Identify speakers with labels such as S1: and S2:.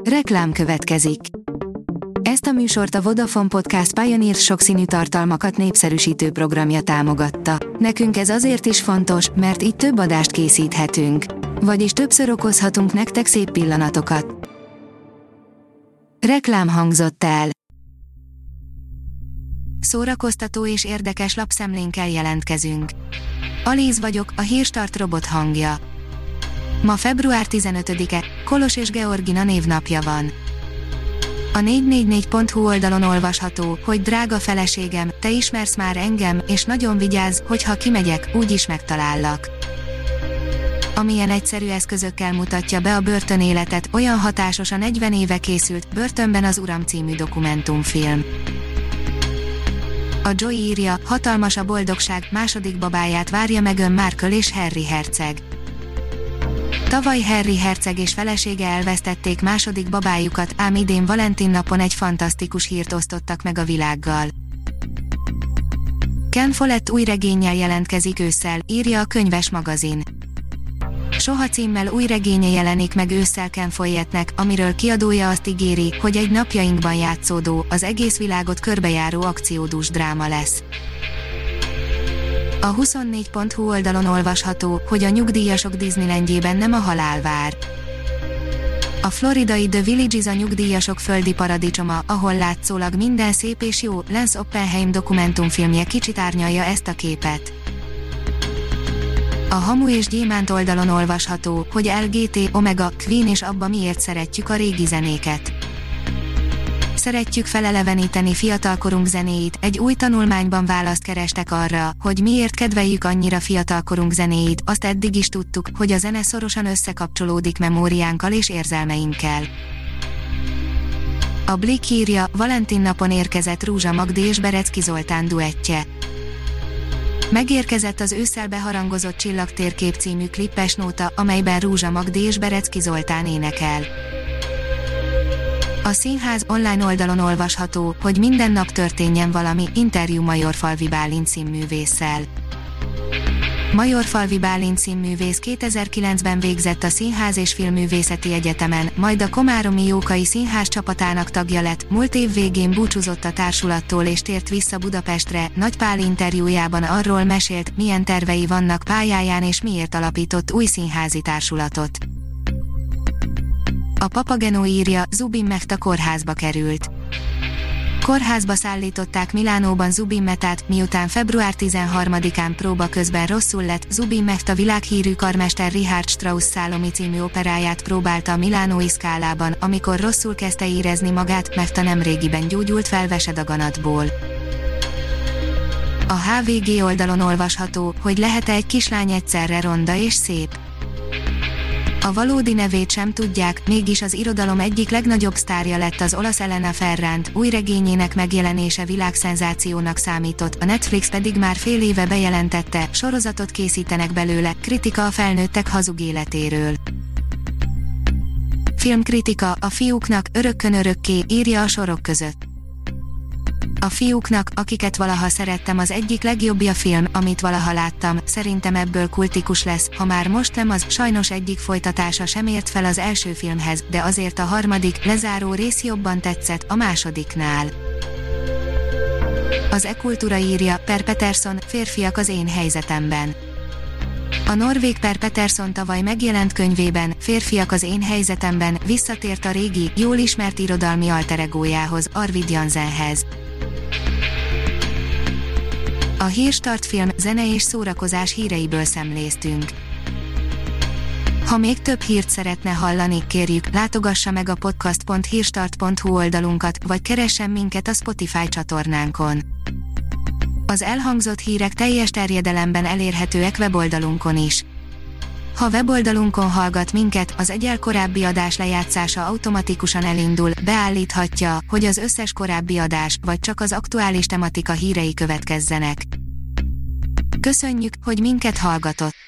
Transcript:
S1: Reklám következik. Ezt a műsort a Vodafone Podcast Pioneer sokszínű tartalmakat népszerűsítő programja támogatta. Nekünk ez azért is fontos, mert így több adást készíthetünk. Vagyis többször okozhatunk nektek szép pillanatokat. Reklám hangzott el. Szórakoztató és érdekes lapszemlénkkel jelentkezünk. Alíz vagyok, a Hírstart robot hangja. Ma február 15-e, Kolos és Georgina névnapja van. A 444.hu oldalon olvasható, hogy drága feleségem, te ismersz már engem, és nagyon vigyázz, hogy ha kimegyek, úgyis megtalállak. Amilyen egyszerű eszközökkel mutatja be a börtönéletet, olyan hatásos a 40 éve készült Börtönben az Uram című dokumentumfilm. A Joy írja, hatalmas a boldogság, második babáját várja Meghan Markle és Harry herceg. Tavaly Harry herceg és felesége elvesztették második babájukat, ám idén Valentin napon egy fantasztikus hírt osztottak meg a világgal. Ken Follett új regénnyel jelentkezik ősszel, írja a Könyves magazin. Soha címmel új regénye jelenik meg ősszel Ken Follettnek, amiről kiadója azt ígéri, hogy egy napjainkban játszódó, az egész világot körbejáró akciódús dráma lesz. A 24.hu oldalon olvasható, hogy a nyugdíjasok Disneylandjében nem a halál vár. A floridai The Villages a nyugdíjasok földi paradicsoma, ahol látszólag minden szép és jó. Lance Oppenheim dokumentumfilmje kicsit árnyalja ezt a képet. A Hamu és Gyémánt oldalon olvasható, hogy LGT, Omega, Queen és Abba miért szeretjük a régi zenéket. Szeretjük feleleveníteni fiatalkorunk zenéit, egy új tanulmányban választ kerestek arra, hogy miért kedveljük annyira fiatalkorunk zenéit, azt eddig is tudtuk, hogy a zene szorosan összekapcsolódik memóriánkkal és érzelmeinkkel. A Blick írja, Valentin napon érkezett Rúzsa Magdi és Berecki Zoltán duettje. Megérkezett az ősszel beharangozott Csillagtérkép című klippes nóta, amelyben Rúzsa Magdi és Berecki Zoltán énekel. A Színház online oldalon olvasható, hogy minden nap történjen valami, interjú Majorfalvi Bálint színművésszel. Majorfalvi Bálint színművész 2009-ben végzett a Színház és Filmművészeti Egyetemen, majd a Komáromi Jókai Színház csapatának tagja lett, múlt év végén búcsúzott a társulattól és tért vissza Budapestre. Nagy Pál interjújában arról mesélt, milyen tervei vannak pályáján és miért alapított új színházi társulatot. A Papageno írja, Zubin Mehta kórházba került. Kórházba szállították Milánóban Zubin Mehtát, miután február 13-án próba közben rosszul lett. Zubin Mehta világhírű karmester Richard Strauss Szálomi című operáját próbálta a milánói Scalában, amikor rosszul kezdte érezni magát. Mehta nemrégiben gyógyult fel vesedaganatból. A HVG oldalon olvasható, hogy lehet-e egy kislány egyszerre ronda és szép. A valódi nevét sem tudják, mégis az irodalom egyik legnagyobb sztárja lett az olasz Elena Ferrant, új regényének megjelenése világszenzációnak számított, a Netflix pedig már fél éve bejelentette, sorozatot készítenek belőle. Kritika a felnőttek hazug életéről. Filmkritika, a fiúknak, örökkön örökké, írja a sorok között. A fiúknak, akiket valaha szerettem, az egyik legjobbja film, amit valaha láttam, szerintem ebből kultikus lesz, ha már most nem az, sajnos egyik folytatása sem ért fel az első filmhez, de azért a harmadik, lezáró rész jobban tetszett a másodiknál. Az E-Kultúra írja, Per Peterson, férfiak az én helyzetemben. A norvég Per Peterson tavaly megjelent könyvében, Férfiak az én helyzetemben, visszatért a régi, jól ismert irodalmi alteregójához, Arvid Jansenhez. A Hírstart film, zene és szórakozás híreiből szemléztünk. Ha még több hírt szeretne hallani, kérjük, látogassa meg a podcast.hírstart.hu oldalunkat, vagy keressen minket a Spotify csatornánkon. Az elhangzott hírek teljes terjedelemben elérhetőek weboldalunkon is. Ha weboldalunkon hallgat minket, az egyel korábbi adás lejátszása automatikusan elindul, beállíthatja, hogy az összes korábbi adás, vagy csak az aktuális tematika hírei következzenek. Köszönjük, hogy minket hallgatott!